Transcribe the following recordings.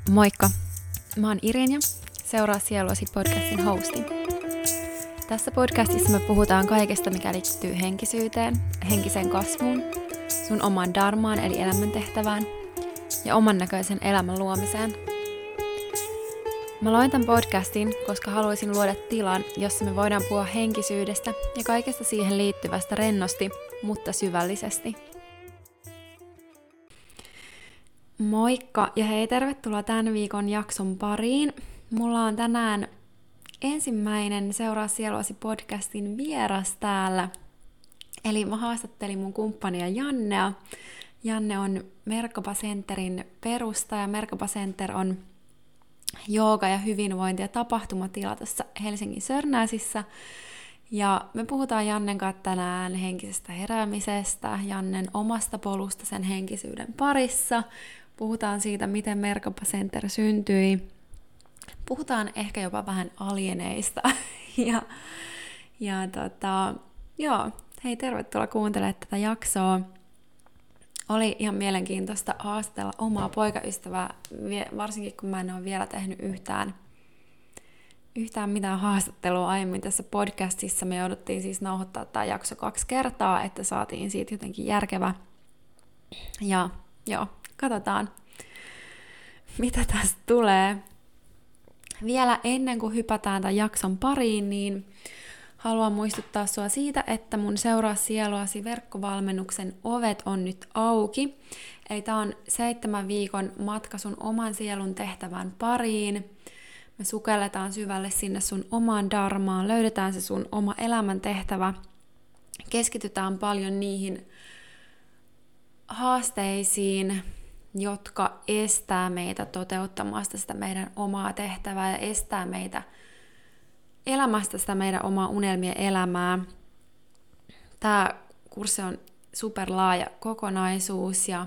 Moikka! Mä oon Irinja, Seuraa sieluasi podcastin hosti. Tässä podcastissa me puhutaan kaikesta, mikä liittyy henkisyyteen, henkiseen kasvuun, sun omaan dharmaan eli elämäntehtävään ja oman näköisen elämän luomiseen. Mä loin tämän podcastin, koska haluaisin luoda tilan, jossa me voidaan puhua henkisyydestä ja kaikesta siihen liittyvästä rennosti, mutta syvällisesti. Moikka ja hei, tervetuloa tämän viikon jakson pariin. Mulla on tänään ensimmäinen Seuraa sieluasi podcastin vieras täällä. Eli mä haastattelin mun kumppania Jannea. Janne on Merkaba Centerin perustaja. Merkaba Center on jooga- ja hyvinvointi- ja tapahtumatila tässä Helsingin Sörnäisissä. Ja me puhutaan Jannen kanssa tänään henkisestä heräämisestä, Jannen omasta polusta sen henkisyyden parissa. Puhutaan siitä, miten Merkaba Center syntyi. Puhutaan ehkä jopa vähän alieneista. Hei, tervetuloa kuuntelemaan tätä jaksoa. Oli ihan mielenkiintoista haastatella omaa poikaystävää, varsinkin kun mä en ole vielä tehnyt yhtään mitään haastattelua aiemmin tässä podcastissa. Me jouduttiin siis nauhoittaa tämä jakso 2 kertaa, että saatiin siitä jotenkin järkevä. Ja joo, katsotaan, mitä tästä tulee. Vielä ennen kuin hypätään tämän jakson pariin, niin haluan muistuttaa sua siitä, että mun Seuraa sieluasi verkkovalmennuksen ovet on nyt auki. Eli tää on 7 viikon matka sun oman sielun tehtävän pariin. Me sukelletaan syvälle sinne sun omaan dharmaan, löydetään se sun oma elämän tehtävä. Keskitytään paljon niihin haasteisiin, jotka estää meitä toteuttamasta sitä meidän omaa tehtävää ja estää meitä elämästä sitä meidän omaa unelmien elämää. Tämä kurssi on superlaaja kokonaisuus ja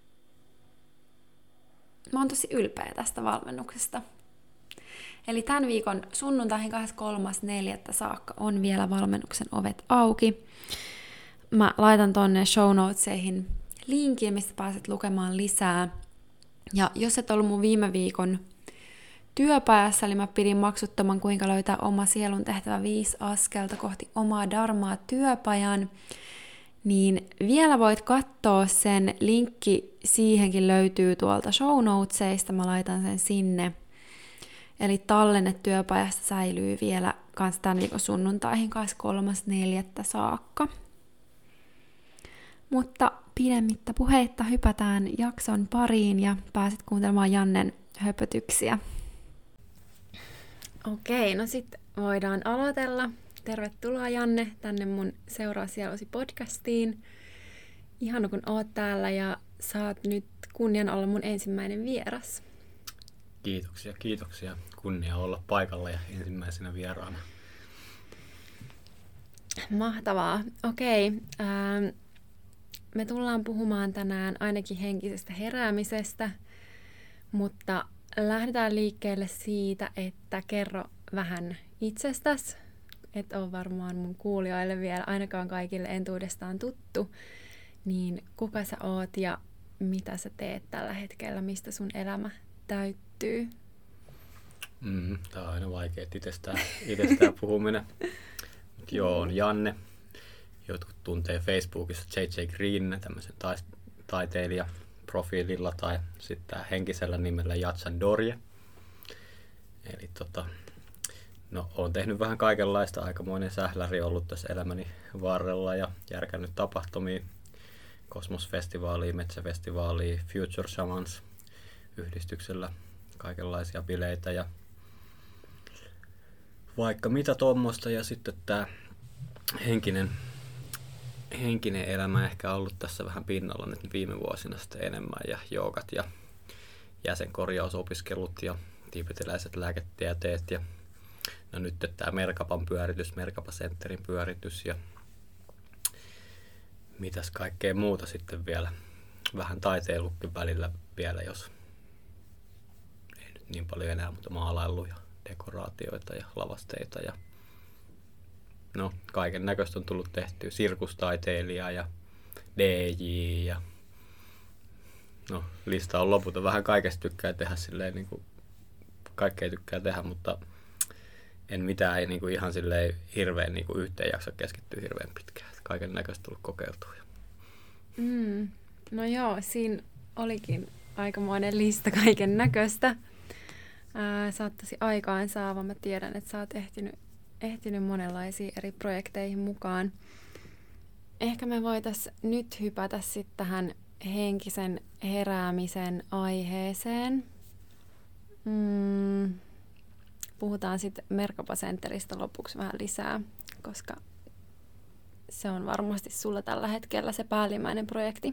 mä oon tosi ylpeä tästä valmennuksesta. Eli tämän viikon sunnuntaihin 23.4. saakka on vielä valmennuksen ovet auki. Mä laitan tonne show notesihin linkin, mistä pääset lukemaan lisää. Ja jos et ollut mun viime viikon työpajassa, eli mä pidin maksuttoman kuinka löytää oma sielun tehtävä 5 askelta kohti omaa dharmaa -työpajan, niin vielä voit katsoa sen. Linkki siihenkin löytyy tuolta show notesista, mä laitan sen sinne. Eli tallenne työpajasta säilyy vielä kans tämän viikon sunnuntaihin 23.4. saakka. Mutta pidemmittä puheitta hypätään jakson pariin ja pääset kuuntelemaan Jannen höpötyksiä. Okei, no sitten voidaan aloitella. Tervetuloa Janne tänne mun Seuraa sieluasi podcastiin. Ihana kun oot täällä ja saat nyt kunnian olla mun ensimmäinen vieras. Kiitoksia. Kunnia olla paikalla ja ensimmäisenä vieraana. Mahtavaa. Okei. Me tullaan puhumaan tänään ainakin henkisestä heräämisestä, mutta lähdetään liikkeelle siitä, että kerro vähän itsestäsi. Et ole varmaan mun kuulijoille vielä ainakaan kaikille entuudestaan tuttu. Niin kuka sä oot ja mitä sä teet tällä hetkellä, mistä sun elämä täyttyy? Tää on aina vaikea itsestään puhuminen. Joo, on Janne. Jotkut tuntee Facebookissa JJ Green, tämmöisen taiteilijaprofiililla, tai sitten henkisellä nimellä Jatsan Dorje. Eli oon tehnyt vähän kaikenlaista, aikamoinen sähläri ollut tässä elämäni varrella ja järkännyt tapahtumia, Kosmos-festivaalia, Metsäfestivaalia, Future Shamans yhdistyksellä, kaikenlaisia bileitä ja vaikka mitä tuommoista. Ja sitten tämä henkinen elämä ehkä ollut tässä vähän pinnalla nyt viime vuosina sitten enemmän, ja joogat ja jäsenkorjausopiskelut ja tiibetiläiset lääketieteet ja no nyt tämä Merkaban pyöritys, Merkaba Centerin pyöritys ja mitäs kaikkea muuta sitten vielä. Vähän taiteilukin välillä vielä, jos ei nyt niin paljon enää, mutta maalailu ja dekoraatioita ja lavasteita ja no kaiken näköistä on tullut tehtyä. Sirkustaiteilija ja DJ ja No, lista on loputon. Vähän kaikesta tykkää tehdä silleen, niin kuin kaikkea tykkää tehdä, mutta en mitään ei niin kuin ihan silleen hirveän niin kuin yhteen jaksa keskittyä hirveän pitkään. Kaiken näköistä tullut kokeiltua. No joo, siinä olikin aikamoinen lista kaiken näköistä. Sä oot tosi aikaansaava. Mä tiedän, että sä oot ehtinyt monenlaisiin eri projekteihin mukaan. Ehkä me voitaisiin nyt hypätä sitten tähän henkisen heräämisen aiheeseen. Puhutaan sitten Merkapa Centeristä lopuksi vähän lisää, koska se on varmasti sulla tällä hetkellä se päällimmäinen projekti.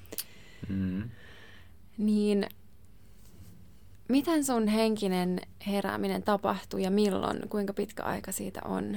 Niin, miten sun henkinen herääminen tapahtuu ja milloin? Kuinka pitkä aika siitä on?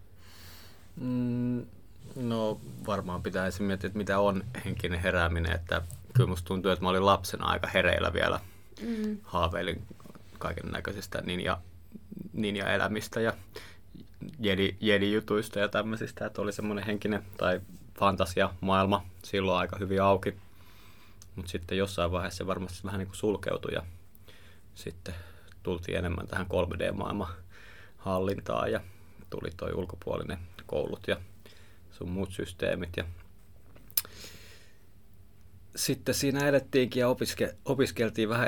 No varmaan pitäisi miettiä, että mitä on henkinen herääminen. Että kyllä musta tuntuu, että mä olin lapsena aika hereillä vielä. Haaveilin kaiken näköisistä ninja-elämistä ja jedi-jutuista ja tämmöisistä. Että oli semmoinen henkinen tai fantasia-maailma silloin aika hyvin auki. Mutta sitten jossain vaiheessa se varmasti vähän niin kuin sulkeutui ja sitten tultiin enemmän tähän 3D-maailman hallintaan ja tuli toi ulkopuolinen koulut ja sun muut systeemit. Ja sitten siinä elettiinkin ja opiskeltiin vähän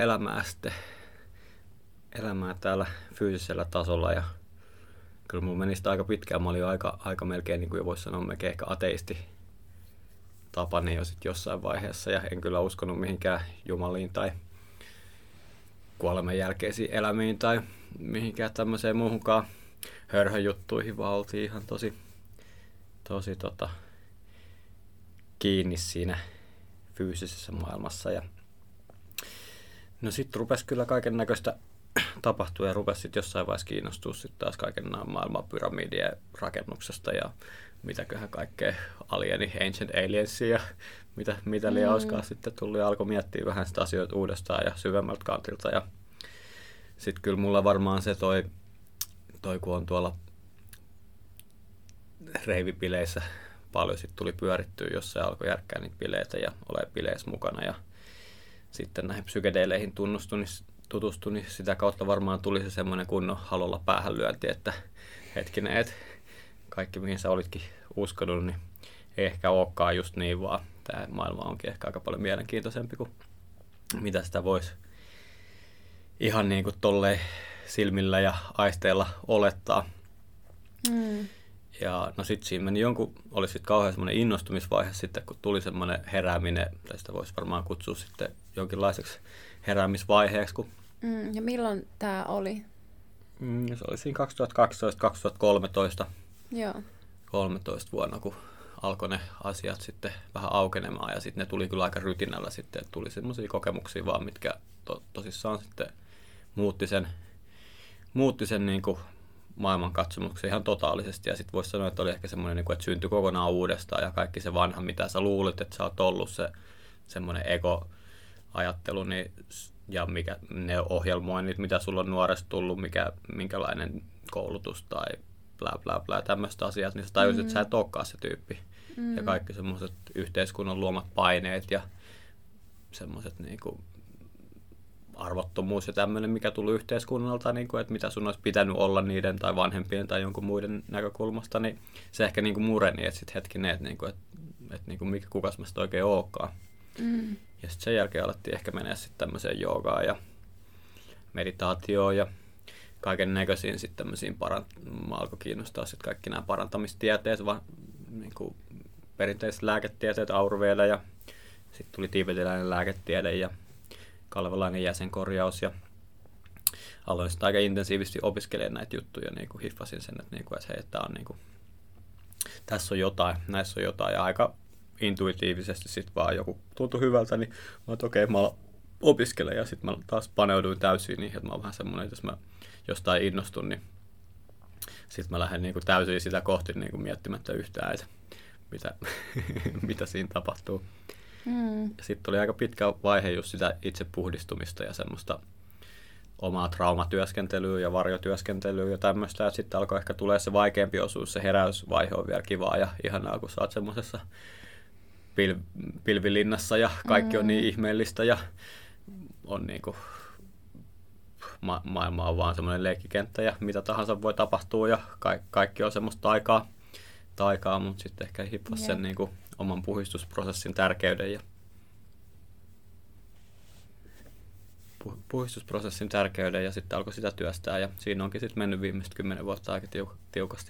elämää täällä fyysisellä tasolla ja kyllä mulla meni sitä aika pitkään. Mä olin aika melkein, niin kuin voisi sanoa, melkein ehkä ateisti tapani jo sitten jossain vaiheessa ja en kyllä uskonut mihinkään jumaliin tai kuoleman jälkeisiin elämiin tai mihinkään tämmöiseen muuhunkaan hörhöjuttuihin, vaan oltiin ihan tosi kiinni siinä fyysisessä maailmassa. Ja no sitten rupesi kyllä kaiken näköistä tapahtua ja rupesi sitten jossain vaiheessa kiinnostua sitten taas kaiken maailman pyramidien rakennuksesta ja mitäköhän kaikkea Ancient Aliensia ja mitä liian hauskaa sitten tuli ja alkoi miettiä vähän sitä asioita uudestaan ja syvemmältä kantilta. Ja sitten kyllä mulla varmaan se toi kun on tuolla reivipileissä paljon sitten tuli pyörittyä, jos se alkoi järkkää niitä bileitä ja ole bileissä mukana ja sitten näihin psykedeeleihin tutustui, niin sitä kautta varmaan tuli se semmoinen kunnon halolla päähän lyönti, että hetkinen, että kaikki mihin sä olitkin uskonut, niin ei ehkä olekaan just niin, vaan tämä maailma onkin ehkä aika paljon mielenkiintoisempi kuin mitä sitä voisi ihan niin kuin tolleen silmillä ja aisteilla olettaa. Ja no sitten siinä meni oli sitten kauhean semmoinen innostumisvaihe sitten, kun tuli semmoinen herääminen, tai sitä voisi varmaan kutsua sitten jonkinlaiseksi heräämisvaiheeksi. Ja milloin tämä oli? Se oli siinä 2012-2013. Joo. 13 vuonna, kun alkoi ne asiat sitten vähän aukenemaan ja sitten ne tuli kyllä aika rytinällä sitten, että tuli semmoisia kokemuksia vaan, mitkä tosissaan sitten muutti sen niin kuin maailmankatsomuksen ihan totaalisesti ja sitten voisi sanoa, että oli ehkä semmoinen, niin kuin, että syntyi kokonaan uudestaan ja kaikki se vanha, mitä sä luulit, että sä oot ollut se semmoinen ego-ajattelu niin, ja ne ohjelmoinnit, mitä sulla on nuoresta tullut, minkälainen koulutus tai bla bla bla, tämmöiset asiat, niin sä tajusit, että sä et olekaan se tyyppi. Ja kaikki semmoiset yhteiskunnan luomat paineet ja semmoiset niinku arvottomuus ja tämmöinen, mikä tuli yhteiskunnalta, niinku, että mitä sun olisi pitänyt olla niiden tai vanhempien tai jonkun muiden näkökulmasta, niin se ehkä niinku mureni, että sitten hetkinen, että niinku, niinku, kukas mä sitä oikein ookaan. Ja sitten sen jälkeen alettiin ehkä mennä sitten tämmöiseen joogaan ja meditaatioon ja kaiken näköisiin sitten tämmöisiin alkoi kiinnostaa sitten kaikki nämä parantamistieteet, niin kuin perinteiset lääketieteet, Ayurveda ja sitten tuli tiibetiläinen lääketiede ja kalevalainen jäsenkorjaus ja aloin sitten aika intensiivisesti opiskelemaan näitä juttuja, niin kuin hiffasin sen, että, niin kuin, että hei, että on, niin kuin, tässä on jotain, näissä on jotain ja aika intuitiivisesti sitten vaan joku tuntui hyvältä, niin mä oon, okei, mä opiskelen ja sitten mä taas paneuduin täysin niin, että mä oon vähän semmoinen, että jos mä jostain innostun, niin sitten mä lähden niin kuin täysin sitä kohti niin kuin miettimättä yhtään, että mitä siinä tapahtuu. Sitten tuli aika pitkä vaihe just sitä itse puhdistumista ja semmoista omaa traumatyöskentelyä ja varjotyöskentelyä ja tämmöistä. Ja sitten alkoi ehkä tulee se vaikeampi osuus, se heräysvaihe on vielä kivaa ja ihanaa, kun sä oot semmoisessa pilvilinnassa ja kaikki on niin ihmeellistä ja on niin kuin, maailma on vaan semmoinen leikkikenttä ja mitä tahansa voi tapahtua ja kaikki on semmoista taikaa, mutta sitten ehkä hippasi sen niin kuin, oman puhdistusprosessin tärkeyden ja sitten alkoi sitä työstää ja siinä onkin sitten mennyt viimeiset 10 vuotta aika tiukasti.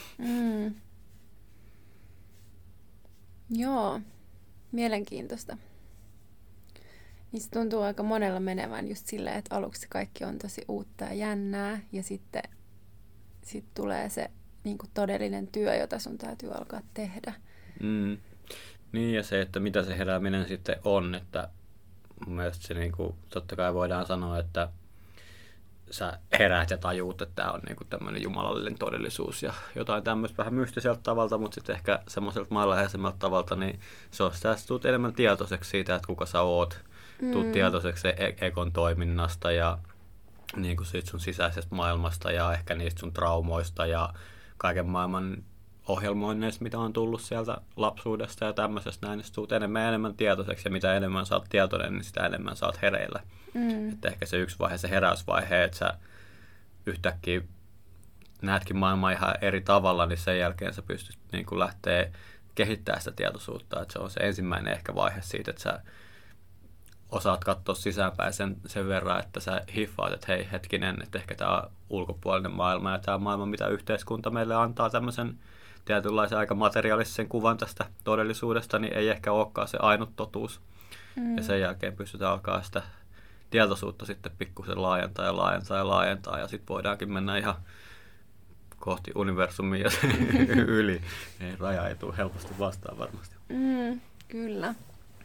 Joo, mielenkiintoista. Niin se tuntuu aika monella menevän just silleen, että aluksi kaikki on tosi uutta ja jännää ja sitten tulee se niin kuin todellinen työ, jota sun täytyy alkaa tehdä. Niin ja se, että mitä se herääminen sitten on, että mun mielestä se niin kuin, totta kai voidaan sanoa, että sä heräät ja tajuut, että tämä on niin kuin tämmöinen jumalallinen todellisuus ja jotain tämmöistä vähän mystiseltä tavalta, mutta sitten ehkä semmoiselta maanläheisemältä tavalta, niin se on sitä, että tulet enemmän tietoiseksi siitä, että kuka sä oot, tulet tietoiseksi se ekon toiminnasta ja niin kuin siitä sun sisäisestä maailmasta ja ehkä niistä sun traumoista ja kaiken maailman ohjelmoinneista, mitä on tullut sieltä lapsuudesta ja tämmöisestä näin, niin tulet enemmän tietoiseksi ja mitä enemmän sä oot tietoinen, niin sitä enemmän sä oot hereillä. Että ehkä se yksi vaihe, se heräysvaihe, että sä yhtäkkiä näetkin maailmaa ihan eri tavalla, niin sen jälkeen sä pystyt niin kuin lähteä kehittämään sitä tietoisuutta. Että se on se ensimmäinen ehkä vaihe siitä, että sä osaat katsoa sisäänpäin sen verran, että sä hiffaat, että hei hetkinen, että ehkä tämä ulkopuolinen maailma ja tämä maailma, mitä yhteiskunta meille antaa tämmöisen tietynlaisen aika materiaalisen kuvan tästä todellisuudesta, niin ei ehkä olekaan se ainut totuus. Ja sen jälkeen pystytään alkaa sitä tietoisuutta sitten pikkusen laajentaa ja sitten voidaankin mennä ihan kohti universumia ja yli. Ei, raja ei tule helposti vastaan varmasti. Kyllä.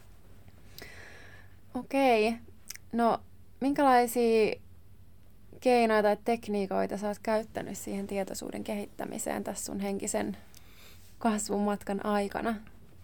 Okei. No, minkälaisia keinoja tai tekniikoita sä oot käyttänyt siihen tietoisuuden kehittämiseen tässä sun henkisen kasvun matkan aikana?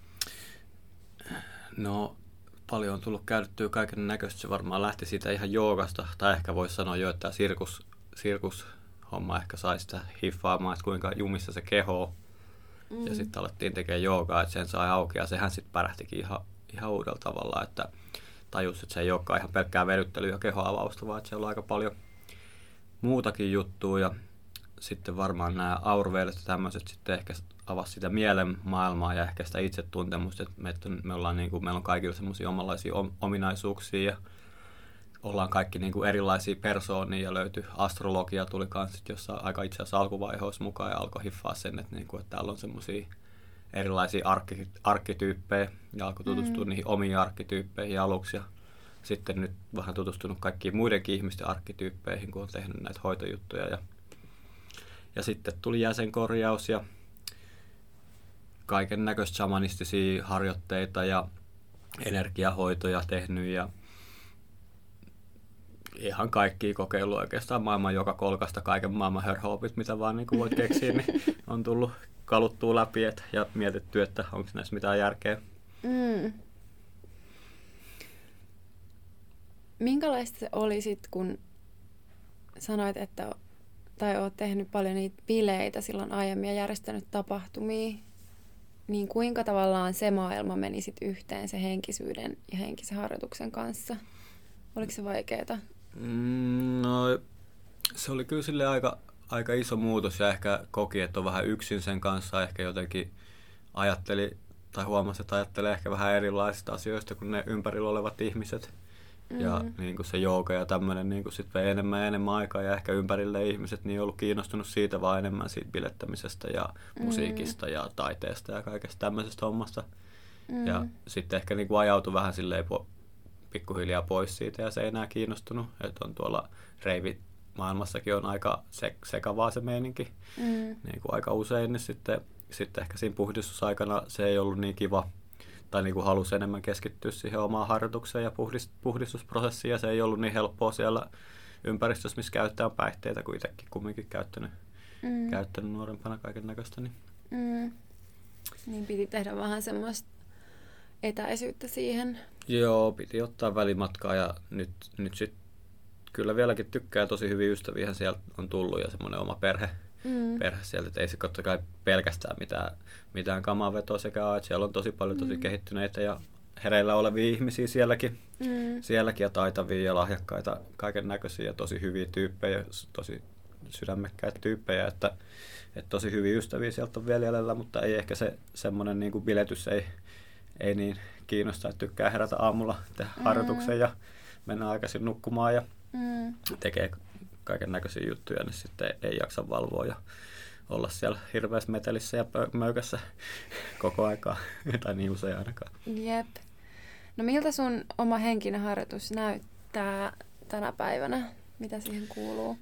No, paljon on tullut käytettyä kaiken näköistä. Se varmaan lähti siitä ihan joogasta, tai ehkä voisi sanoa jo, että sirkushomma ehkä sai sitä hiffaamaan, että kuinka jumissa se keho on. Ja sitten alettiin tekemään joogaa, että sen sai auki, ja sehän sitten pärähtikin ihan uudella tavalla, että tajus, että se ei olekaan ihan pelkkää vedyttelyä ja kehoavausta, vaan että siellä on aika paljon muutakin juttua, ja sitten varmaan nämä aurveilet ja tämmöiset sitten ehkä avasi sitä mielen maailmaa ja ehkä sitä itsetuntemusta, että meillä on kaikilla semmoisia omanlaisia ominaisuuksia ja ollaan kaikki niin kuin erilaisia persoonia ja löytyi astrologia tuli kanssa jossain aika itse asiassa alkuvaiheessa mukaan ja alkoi hiffaa sen, että täällä on semmoisia erilaisia arkkityyppejä ja alkoi tutustua niihin omiin arkkityyppeihin aluksi ja sitten nyt vähän tutustunut kaikkiin muidenkin ihmisten arkkityyppeihin, kun on tehnyt näitä hoitojuttuja ja sitten tuli jäsenkorjaus ja kaiken näköistä shamanistisia harjoitteita ja energiahoitoja tehnyt ja ihan kaikkia kokeillut oikeastaan maailman joka kolkasta, kaiken maailman hörhopit, mitä vaan niin kuin voit keksiä, niin on tullut kaluttua läpi ja mietitty, että onko näissä mitään järkeä. Minkälaista se oli sitten, kun sanoit, että tai olet tehnyt paljon niitä bileitä silloin aiemmin ja järjestänyt tapahtumia, niin kuinka tavallaan se maailma meni sit yhteen se henkisyyden ja henkisen harjoituksen kanssa? Oliko se vaikeaa? No, se oli kyllä sille aika iso muutos ja ehkä koki, että on vähän yksin sen kanssa. Ehkä jotenkin ajatteli tai huomasi, että ajattelee ehkä vähän erilaisista asioista kuin ne ympärillä olevat ihmiset. Ja niin kuin se jooga ja tämmöinen niin sit vei enemmän ja enemmän aikaa ja ehkä ympärille ihmiset niin ollut kiinnostunut siitä vaan enemmän siitä bilettämisestä ja musiikista ja taiteesta ja kaikesta tämmöisestä hommasta. Ja sitten ehkä niin kuin ajautui vähän silleen pikkuhiljaa pois siitä ja se ei enää kiinnostunut. Että on tuolla reivimaailmassakin on aika sekavaa se meininki niin kuin aika usein. Niin sitten ehkä siinä puhdistusaikana se ei ollut niin kiva. Tai niin kuin halusi enemmän keskittyä siihen omaan harjoitukseen ja puhdistusprosessiin, ja se ei ollut niin helppoa siellä ympäristössä, missä käyttää päihteitä, kuin itsekin kumminkin käyttänyt nuorempana kaiken näköistä. Niin piti tehdä vähän semmoista etäisyyttä siihen. Joo, piti ottaa välimatkaa, ja nyt sitten kyllä vieläkin tykkää, tosi hyviä ystäviä sieltä on tullut, ja semmoinen oma perhe sieltä. Et ei se totta kai pelkästään mitään kamavetoa sekä että siellä on tosi paljon tosi kehittyneitä ja hereillä olevia ihmisiä sielläkin ja taitavia ja lahjakkaita, kaiken näköisiä ja tosi hyviä tyyppejä, tosi sydämekkäitä tyyppejä, että tosi hyviä ystäviä sieltä on vielä jäljellä, mutta ei ehkä se semmoinen niin kuin biletys ei niin kiinnosta, että tykkää herätä aamulla, tehdä harjoituksen ja mennä aikaisin nukkumaan ja tekee kaiken näköisiä juttuja, niin sitten ei jaksa valvoa ja olla siellä hirveässä metelissä ja möykässä koko aikaa, tai niin usein ainakaan. Jep. No miltä sun oma henkinen harjoitus näyttää tänä päivänä? Mitä siihen kuuluu?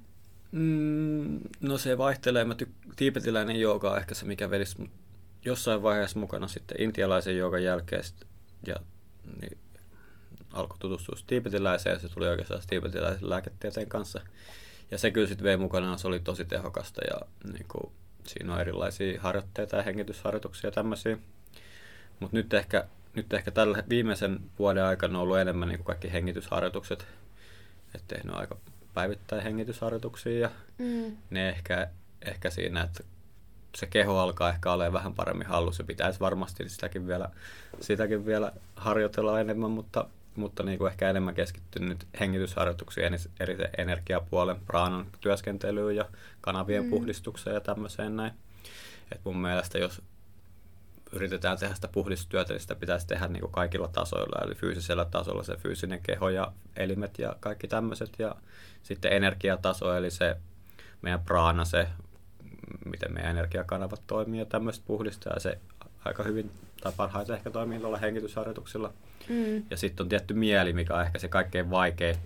No se vaihtelee. Tiibetiläinen jooga on ehkä se, mikä vedisi jossain vaiheessa mukana sitten intialaisen joogan jälkeen. Ja niin, alkoi tutustua tiibetiläiseen ja se tuli oikeastaan tiibetiläisen lääketieteen kanssa. Ja se kyllä sitten vei mukanaan, se oli tosi tehokasta ja niin kuin, siinä on erilaisia harjoitteita ja hengitysharjoituksia ja tämmöisiä. Mutta nyt ehkä tällä viimeisen vuoden aikana on ollut enemmän niin kuin kaikki hengitysharjoitukset. Et tehnyt aika päivittäin hengitysharjoituksia ja ne ehkä siinä, että se keho alkaa ehkä olemaan vähän paremmin hallussa. Pitäisi varmasti sitäkin vielä harjoitella enemmän, mutta niin kuin ehkä enemmän keskittynyt hengitysharjoituksiin, eri energiapuolen, praanan työskentelyyn ja kanavien puhdistukseen ja tämmöiseen näin. Et mun mielestä jos yritetään tehdä sitä puhdistustyötä, niin sitä pitäisi tehdä niin kuin kaikilla tasoilla, eli fyysisellä tasolla se fyysinen keho ja elimet ja kaikki tämmöiset, ja sitten energiataso, eli se meidän praana, se miten meidän energiakanavat toimii ja tämmöistä puhdistaa, ja se aika hyvin tai parhaiten ehkä toimii tuolla hengitysharjoituksilla. Ja sitten on tietty mieli, mikä on ehkä se kaikkein vaikea,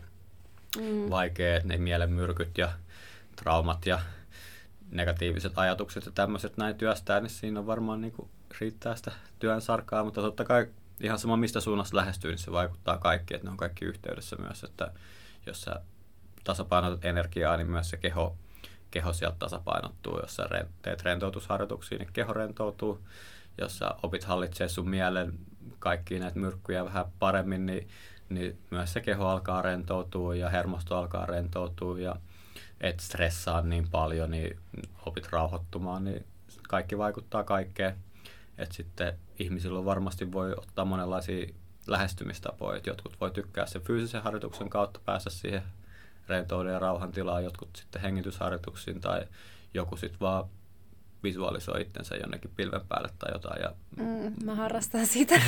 että ne mielen myrkyt ja traumat ja negatiiviset ajatukset ja tämmöiset näin työstää, niin siinä on varmaan niin kuin riittää sitä työn sarkaa, mutta totta kai ihan sama mistä suunnasta lähestyy, niin se vaikuttaa kaikki, että ne on kaikki yhteydessä myös, että jos sä tasapainotat energiaa, niin myös se keho sieltä tasapainottuu, jos sä teet rentoutusharjoituksia, niin keho rentoutuu, jos sä opit hallitsee sun mielen kaikkia näitä myrkkyjä vähän paremmin, niin myös se keho alkaa rentoutua ja hermosto alkaa rentoutua ja et stressaa niin paljon, niin opit rauhoittumaan, niin kaikki vaikuttaa kaikkeen. Et sitten ihmisillä varmasti voi ottaa monenlaisia lähestymistapoja, että jotkut voi tykkää sen fyysisen harjoituksen kautta päästä siihen rentouden ja rauhan tilaan, jotkut sitten hengitysharjoituksiin tai joku sitten vaan visualisoi itsensä jonnekin pilven päälle tai jotain. Ja mä harrastan sitä.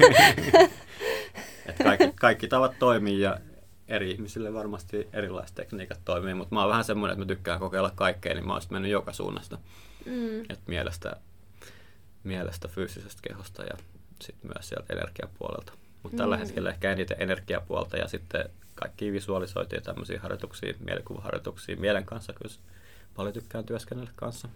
Et kaikki tavat toimii ja eri ihmisille varmasti erilaiset tekniikat toimii, mutta mä oon vähän semmoinen, että mä tykkään kokeilla kaikkea, niin mä oon mennyt joka suunnasta. Et mielestä, fyysisestä kehosta ja sitten myös sieltä energiapuolelta. Mutta tällä hetkellä ehkä eniten energiapuolta ja sitten kaikkia visualisointia ja tämmöisiä harjoituksia, mielikuvaharjoituksia mielen kanssa, kyllä paljon tykkään työskennellä kanssa.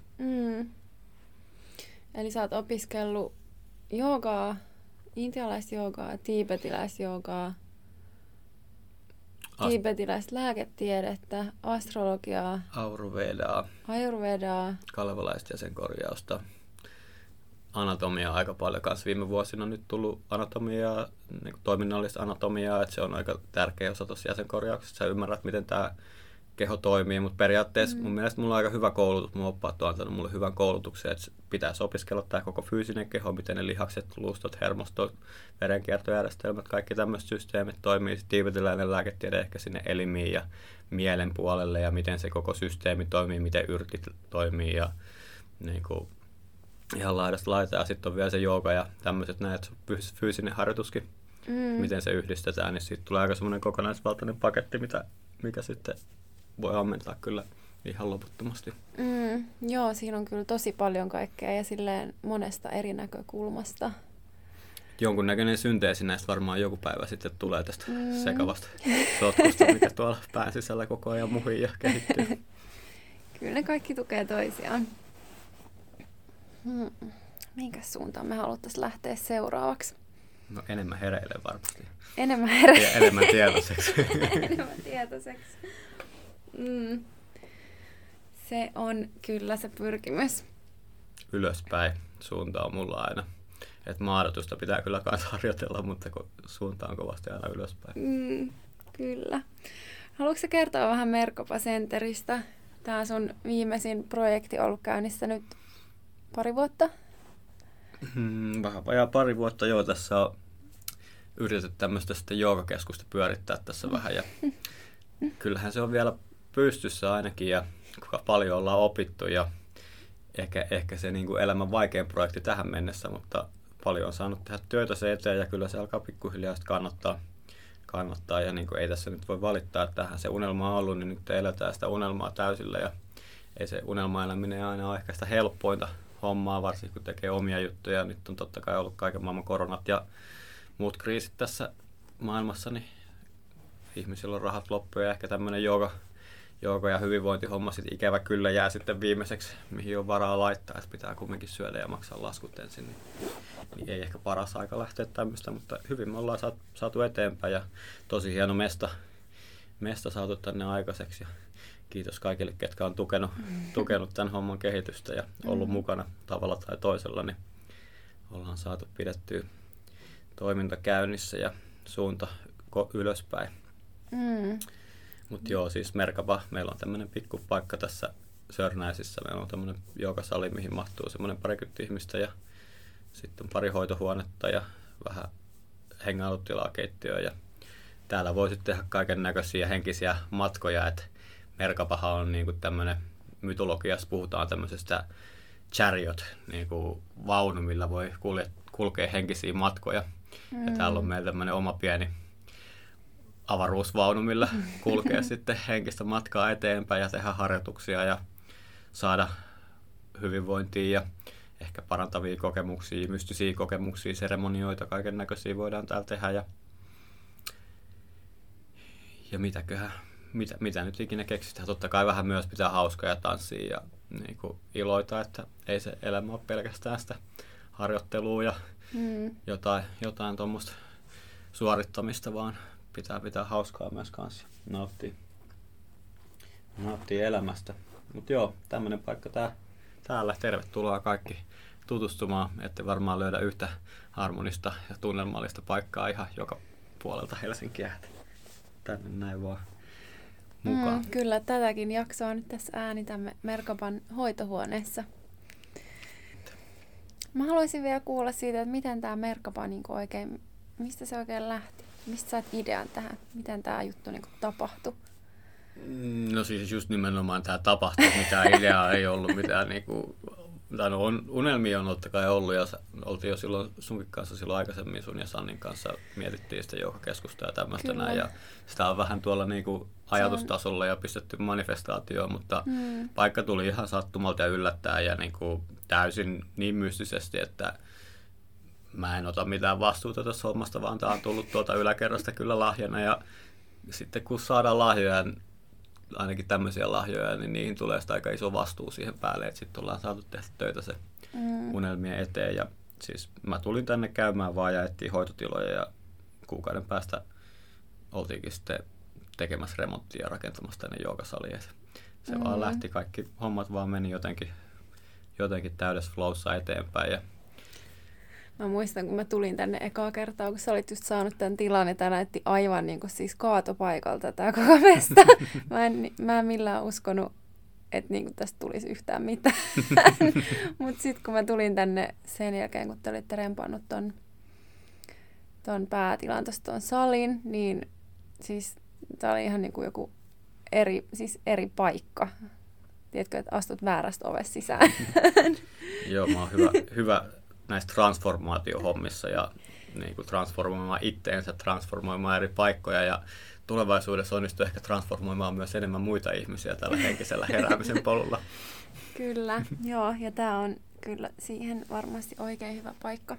Eli sä oot opiskellut joogaa, intialaisjoogaa, tiibetiläisjoogaa, tiibetiläistä lääketiedettä, astrologiaa, ayurvedaa, kalevalaista jäsenkorjausta, anatomiaa aika paljon kanssa. Viime vuosina on nyt tullut anatomiaa, niin kuin toiminnallista anatomiaa, että se on aika tärkeä osa tuossa jäsenkorjauksessa. Sä ymmärrät, miten tämä keho toimii, mutta periaatteessa mun mielestä mulla on aika hyvä koulutus. Mun oppaat on antanut mulle hyvän koulutuksen, että pitäisi opiskella tämä koko fyysinen keho, miten ne lihakset, luustot, hermostot, verenkiertojärjestelmät, kaikki tämmöiset systeemit toimii. Tiibetiläinen lääketiede ehkä sinne elimiin ja mielen puolelle ja miten se koko systeemi toimii, miten yrtit toimii ja niin kuin ihan laidasta laitaa. Ja sitten on vielä se jooga ja tämmöiset näet, fyysinen harjoituskin, miten se yhdistetään, niin siitä tulee aika semmoinen kokonaisvaltainen paketti, mikä sitten voi ammentaa kyllä ihan loputtomasti. Joo, siinä on kyllä tosi paljon kaikkea ja silleen monesta eri näkökulmasta. Jonkunnäköinen synteesi näistä varmaan joku päivä sitten tulee tästä sekavasta sotkusta, mikä tuolla pään sisällä koko ajan muhii ja kehittyy. Kyllä ne kaikki tukee toisiaan. Minkäs suuntaan me haluttaisiin lähteä seuraavaksi? No enemmän hereille varmasti. Enemmän hereille. Ja enemmän tietoiseksi. Enemmän tietoiseksi. Se on kyllä se pyrkimys. Ylöspäin suunta on mulla aina. Että maadotusta pitää kyllä myös harjoitella, mutta suunta on kovasti aina ylöspäin. Kyllä. Haluatko kertoa vähän Merkaba Centeristä? Tämä sun viimeisin projekti on ollut käynnissä nyt pari vuotta? Vähän vajaa pari vuotta jo. Tässä on yritetty tämmöistä sitten joogakeskusta pyörittää tässä vähän. Ja kyllähän se on vielä pystyssä ainakin ja paljon ollaan opittu ja ehkä se niin kuin elämän vaikein projekti tähän mennessä, mutta paljon on saanut tehdä työtä se eteen ja kyllä se alkaa pikkuhiljaa kannattaa ja niin kuin ei tässä nyt voi valittaa, että tähän se unelma on ollut, niin nyt eletään sitä unelmaa täysillä ja ei se unelmaeläminen aina ole ehkä sitä helppointa hommaa, varsinkin kun tekee omia juttuja. Nyt on totta kai ollut kaiken maailman koronat ja muut kriisit tässä maailmassa, niin ihmisillä on rahat loppu ja ehkä tämmöinen jooga- ja hyvinvointihomma sit ikävä kyllä jää sitten viimeiseksi, mihin on varaa laittaa, että pitää kumminkin syödä ja maksaa laskut ensin. Niin ei ehkä paras aika lähteä tämmöistä, mutta hyvin me ollaan saatu eteenpäin ja tosi hieno mesta saatu tänne aikaiseksi. Ja kiitos kaikille, ketkä on tukenut tämän homman kehitystä ja ollut mukana tavalla tai toisella, niin ollaan saatu pidettyä toiminta käynnissä ja suunta ylöspäin. Mutta joo, siis Merkaba, meillä on tämmöinen pikkupaikka tässä Sörnäisissä. Meillä on tämmöinen joogasali, mihin mahtuu semmoinen 20 ihmistä ja sitten pari hoitohuonetta ja vähän hengailutilaa, keittiöä. Ja täällä voi sitten tehdä kaiken näköisiä henkisiä matkoja. Et Merkabahan on niinku tämmöinen, mytologiassa puhutaan tämmöisestä chariot, niinku vaunu, millä voi kulkea henkisiä matkoja. Ja täällä on meillä tämmöinen oma pieni avaruusvaunu, millä kulkee sitten henkistä matkaa eteenpäin ja tehdä harjoituksia ja saada hyvinvointia ja ehkä parantavia kokemuksia, mystisiä kokemuksia, seremonioita, kaiken näköisiä voidaan täällä tehdä. Ja mitä nyt ikinä keksitään. Totta kai vähän myös pitää hauskaa ja tanssia ja niin kuin iloita, että ei se elämä ole pelkästään sitä harjoittelua ja jotain tuommoista suorittamista, vaan pitää hauskaa myös kanssa nauttia elämästä. Mutta joo, tämmöinen paikka täällä. Tervetuloa kaikki tutustumaan. Ette varmaan löydä yhtä harmonista ja tunnelmallista paikkaa ihan joka puolelta Helsinkiä. Tänne näin vaan mukaan. Kyllä, tätäkin jaksoa nyt tässä äänitämme Merkaban hoitohuoneessa. Mä haluaisin vielä kuulla siitä, että miten tämä Merkaba niinku oikein, mistä se oikein lähti? Mistä sait idean tähän? Miten tämä juttu niinku tapahtui? No siis just nimenomaan tämä tapahtui. Mitään ideaa ei ollut, mitään niinku, unelmia on totta kai ollut ja oltiin jo silloin sunkin kanssa silloin aikaisemmin sun ja Sannin kanssa mietittiin sitä joogakeskusta ja tämmöistä näin ja sitä on vähän tuolla niinku ajatustasolla ja pistetty manifestaatioon, mutta paikka tuli ihan sattumalta ja yllättäen ja niinku täysin niin mystisesti, että mä en ota mitään vastuuta tuossa hommasta, vaan tää on tullut tuolta yläkerrasta kyllä lahjana ja sitten kun saadaan lahjoja, ainakin tämmöisiä lahjoja, niin niihin tulee sitä aika iso vastuu siihen päälle, että sitten ollaan saatu tehdä töitä se unelmien eteen. Ja siis mä tulin tänne käymään vaan ja etsin hoitotiloja ja kuukauden päästä oltiinkin sitten tekemässä remonttia ja rakentamassa tänne joogasaliin. Se vaan lähti, kaikki hommat vaan meni jotenkin täydessä flowssa eteenpäin. Ja mä muistan, kun mä tulin tänne ekaa kertaa, kun sä olit just saanut tämän tilan, ja tää näytti aivan niin kuin siis kaatopaikalta tää koko mesta. Mä en millään uskonut, että niin kuin tästä tulisi yhtään mitään. Mutta sitten kun mä tulin tänne sen jälkeen, kun te olitte rempannut ton päätilan tuosta ton salin, niin siis tää oli ihan niin kuin joku eri paikka. Tiedätkö, että astut väärästä ovesta sisään. Joo, mä oon hyvä näissä transformaatiohommissa ja niin kuin transformoimaan itteensä, transformoimaan eri paikkoja ja tulevaisuudessa onnistuu ehkä transformoimaan myös enemmän muita ihmisiä tällä henkisellä heräämisen polulla. Kyllä, joo, ja tämä on kyllä siihen varmasti oikein hyvä paikka.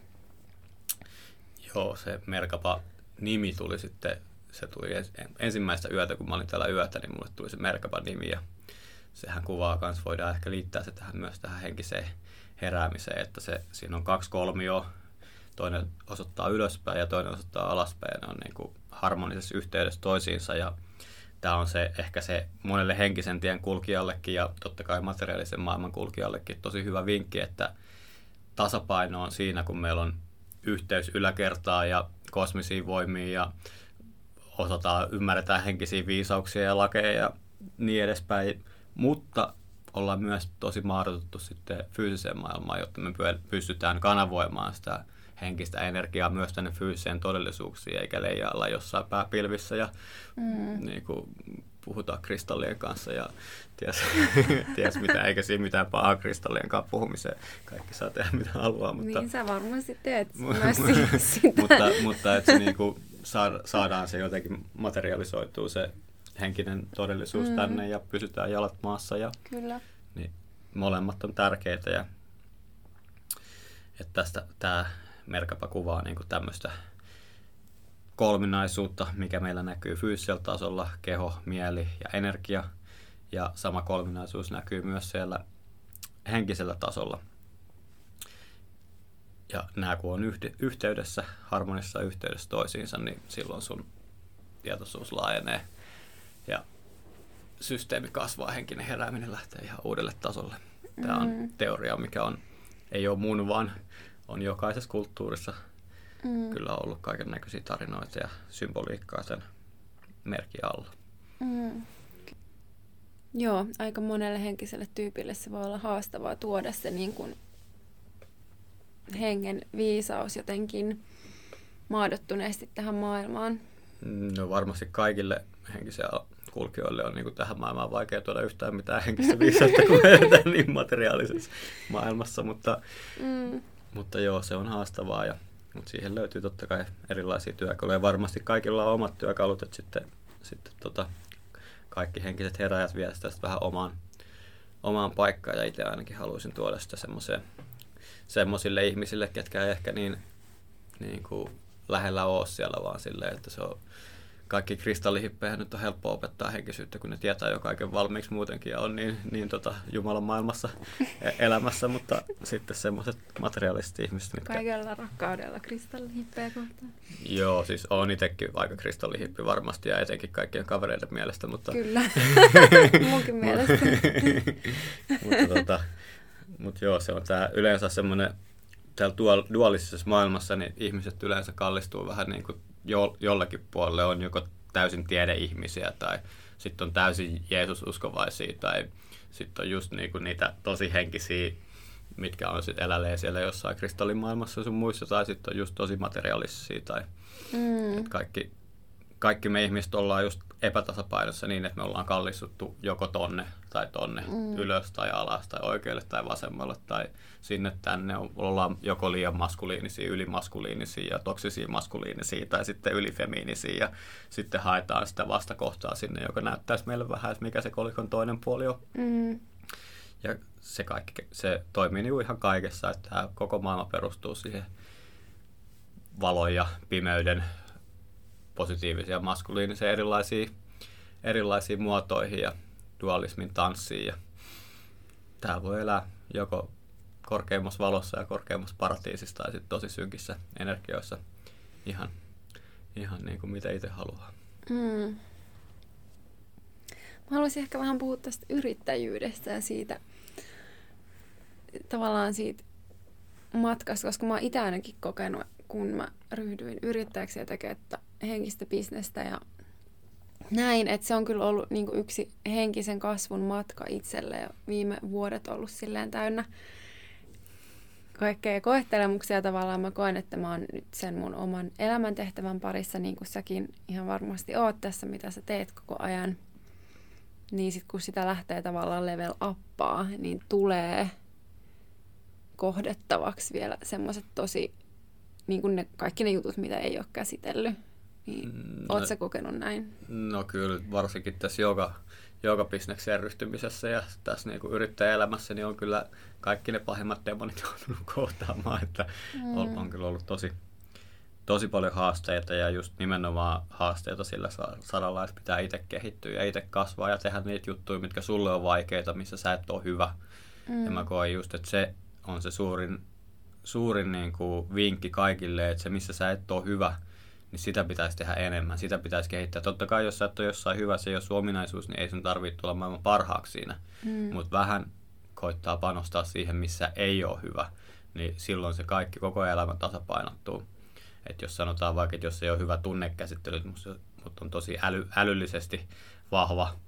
Joo, se Merkaba-nimi tuli sitten, se tuli ensimmäistä yötä, kun mä olin täällä yötä, niin mulle tuli se Merkaba-nimi ja sehän kuvaa kanssa, voidaan ehkä liittää se myös tähän henkiseen heräämiseen, että siinä on 2 kolmioa, toinen osoittaa ylöspäin ja toinen osoittaa alaspäin, ne on niin kuin harmonisessa yhteydessä toisiinsa ja tämä on ehkä se monelle henkisen tien kulkijallekin ja totta kai materiaalisen maailman kulkijallekin tosi hyvä vinkki, että tasapaino on siinä, kun meillä on yhteys yläkertaan ja kosmisiin voimiin ja ymmärretään henkisiä viisauksia ja lakeja ja niin edespäin Mutta ollaan myös tosi mahdotuttu sitten fyysiseen maailmaan, jotta me pystytään kanavoimaan sitä henkistä energiaa myös tänne fyysiseen todellisuuksiin, eikä leijailla jossain pääpilvissä ja niin kuin puhutaan kristallien kanssa ja ties mitä, eikä siinä mitään pahaa kristallien kanssa puhumiseen. Kaikki saa tehdä mitä haluaa. Mutta, niin sä varmasti teet myös sitä. mutta että se niin kuin saadaan se jotenkin materialisoituu se henkinen todellisuus tänne ja pysytään jalat maassa. Ja, kyllä. Niin molemmat on tärkeitä ja että tästä tämä Merkapa kuvaa niin kuin tämmöistä kolminaisuutta, mikä meillä näkyy fyysisellä tasolla, keho, mieli ja energia. Ja sama kolminaisuus näkyy myös siellä henkisellä tasolla. Ja nämä kun on yhteydessä, harmonisessa yhteydessä toisiinsa, niin silloin sun tietoisuus laajenee ja systeemi kasvaa, henkinen herääminen lähtee ihan uudelle tasolle. Tämä on teoria, mikä ei ole mun, vaan on jokaisessa kulttuurissa kyllä ollut kaikennäköisiä tarinoita ja symboliikkaa sen merkin alla. Joo, aika monelle henkiselle tyypille se voi olla haastavaa tuoda se niin kuin hengen viisaus jotenkin maadottuneesti tähän maailmaan. No varmasti kaikille henkisille kulkijoille on niin kuin tähän maailmaan vaikea tuoda yhtään mitään henkistä viisautta, kun eletään niin materiaalisessa maailmassa, mutta joo, se on haastavaa, mutta siihen löytyy totta kai erilaisia työkaluja. Varmasti kaikilla on omat työkalut, että sitten kaikki henkiset heräjät vie sitä vähän omaan paikkaan, ja itse ainakin haluaisin tuoda sitä semmoisille ihmisille, ketkä ei ehkä niin kuin lähellä ole siellä, vaan silleen, että se on kaikki kristallihippejä nyt on helppo opettaa henkisyyttä, kun ne tietää jo kaiken valmiiksi muutenkin ja on niin Jumalan maailmassa elämässä, mutta sitten semmoiset materiaaliset ihmiset, mitkä... Kaikella rakkaudella kristallihippejä kohtaan. Joo, siis olen itsekin aika kristallihippi varmasti ja etenkin kaikkien kavereiden mielestä, mutta... Kyllä, munkin mielestä. mutta joo, se on tää yleensä semmoinen, täällä dualistisessa maailmassa niin ihmiset yleensä kallistuu vähän niin kuin jollekin puolelle on joko täysin tiedeihmisiä tai sitten on täysin Jeesus-uskovaisia tai sitten on just niinku niitä tosi henkisiä, mitkä on sitten elälee siellä jossain kristallimaailmassa sun muissa tai sitten on just tosi materialistisia tai kaikki me ihmiset ollaan just epätasapainossa niin, että me ollaan kallistuttu joko tonne tai tonne, ylös tai alas tai oikealle tai vasemmalle tai sinne tänne. Ollaan joko liian maskuliinisia, ylimaskuliinisia ja toksisia maskuliinisia tai sitten ylifemiinisiä ja sitten haetaan sitä vastakohtaa sinne, joka näyttäisi meille vähän, että mikä se kolikon toinen puoli on. Ja se toimii niin ihan kaikessa, että tämä koko maailma perustuu siihen valon ja pimeyden positiivisia ja maskuliinisia erilaisiin muotoihin ja dualismin tanssiin. Ja täällä voi elää joko korkeimmassa valossa ja korkeimmassa paratiisissa tai sitten tosi synkissä energioissa ihan niin kuin mitä itse haluaa. Mä haluaisin ehkä vähän puhua tästä yrittäjyydestä ja siitä tavallaan siitä matkasta, koska mä oon itse ainakin kokenut, kun mä ryhdyin yrittäjäksi ja tekemään henkistä bisnestä ja näin, että se on kyllä ollut niin kuin yksi henkisen kasvun matka itselle ja viime vuodet ollut silleen täynnä kaikkea koettelemuksia tavallaan. Mä koen, että mä oon nyt sen mun oman elämäntehtävän parissa, niin kuin säkin ihan varmasti oot tässä, mitä sä teet koko ajan. Niin sit kun sitä lähtee tavallaan level uppaa, niin tulee kohdettavaksi vielä semmoiset tosi, niin kuin kaikki ne jutut, mitä ei ole käsitellyt. Niin, oot sä kokenut näin? No kyllä, varsinkin tässä jooga-bisnekseen ryhtymisessä ja tässä niin kuin yrittäjäelämässä niin on kyllä kaikki ne pahimmat demonit joutunut kohtaamaan, että on kyllä ollut tosi paljon haasteita ja just nimenomaan haasteita sillä saralla, että pitää itse kehittyä ja itse kasvaa ja tehdä niitä juttuja, mitkä sulle on vaikeita, missä sä et ole hyvä. Ja mä koen just, että se on se suurin niin kuin vinkki kaikille, että se missä sä et ole hyvä, niin sitä pitäisi tehdä enemmän, sitä pitäisi kehittää. Totta kai, jos sä et ole jossain hyvä, se ei ole sun ominaisuus, niin ei sun tarvitse tulla maailman parhaaksi siinä. Mutta vähän koittaa panostaa siihen, missä ei ole hyvä, niin silloin se koko elämä tasapainottuu. Et jos sanotaan vaikka, että jos ei ole hyvä tunnekäsittely, mutta on tosi älyllisesti vahva,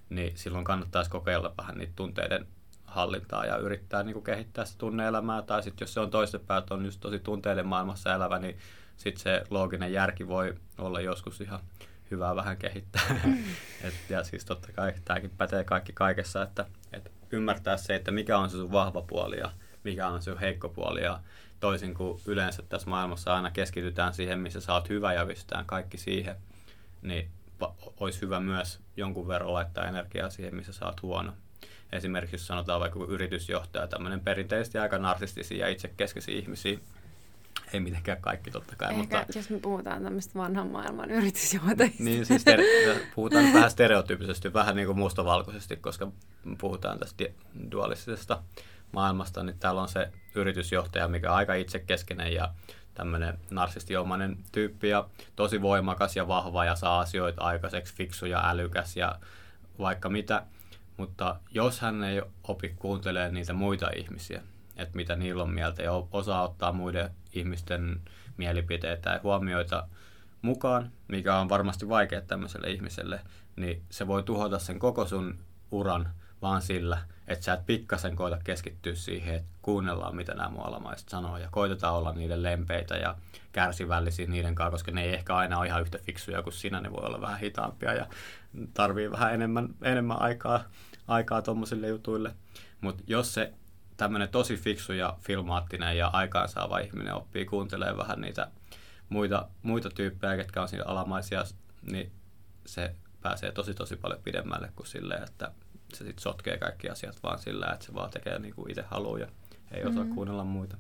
niin silloin kannattaisi kokeilla vähän niitä tunteiden hallintaa ja yrittää niin kuin kehittää sitä tunne-elämää. Tai sitten jos se on toistepäin, että on just tosi tunteiden maailmassa elävä, niin sitten se looginen järki voi olla joskus ihan hyvää vähän kehittää. Ja siis totta kai tämäkin pätee kaikki kaikessa, että ymmärtää se, että mikä on se sun vahva puoli ja mikä on se sun heikko puoli. Ja toisin kuin yleensä tässä maailmassa aina keskitytään siihen, missä sä oot hyvä ja pistetään kaikki siihen, niin olisi hyvä myös jonkun verran laittaa energiaa siihen, missä sä oot huono. Esimerkiksi jos sanotaan vaikka yritysjohtaja, tämmöinen perinteisesti aika narsistisia ja itsekeskeisiä ihmisiä, ei mitenkään kaikki totta kai. Ehkä mutta jos me puhutaan tämmöistä vanhan maailman yritysjohtajista. Niin siis puhutaan vähän stereotyyppisesti, vähän niin kuin mustavalkoisesti, koska puhutaan tästä dualistisesta maailmasta, niin täällä on se yritysjohtaja, mikä on aika itsekeskeinen ja tämmöinen narsistiomainen tyyppi ja tosi voimakas ja vahva ja saa asioita aikaiseksi, fiksu ja älykäs ja vaikka mitä. Mutta jos hän ei opi kuuntelemaan niitä muita ihmisiä, että mitä niillä on mieltä ja osaa ottaa muiden ihmisten mielipiteitä ja huomioita mukaan, mikä on varmasti vaikea tämmöiselle ihmiselle, niin se voi tuhota sen koko sun uran vaan sillä, että sä et pikkasen koeta keskittyä siihen, että kuunnellaan, mitä nämä mualamaiset sanoo ja koitetaan olla niiden lempeitä ja kärsivällisiä niiden kanssa, koska ne ei ehkä aina ole ihan yhtä fiksuja kuin sinä, ne voi olla vähän hitaampia ja tarvii vähän enemmän aikaa tuommoisille jutuille. Mutta jos se tämmöinen tosi fiksu ja filmaattinen ja aikaansaava ihminen oppii kuuntelemaan vähän niitä muita tyyppejä, ketkä on siinä alamaisia, niin se pääsee tosi paljon pidemmälle kuin silleen, että se sitten sotkee kaikki asiat vaan sillä, että se vaan tekee niin kuin itse haluaa ja ei osaa kuunnella muita.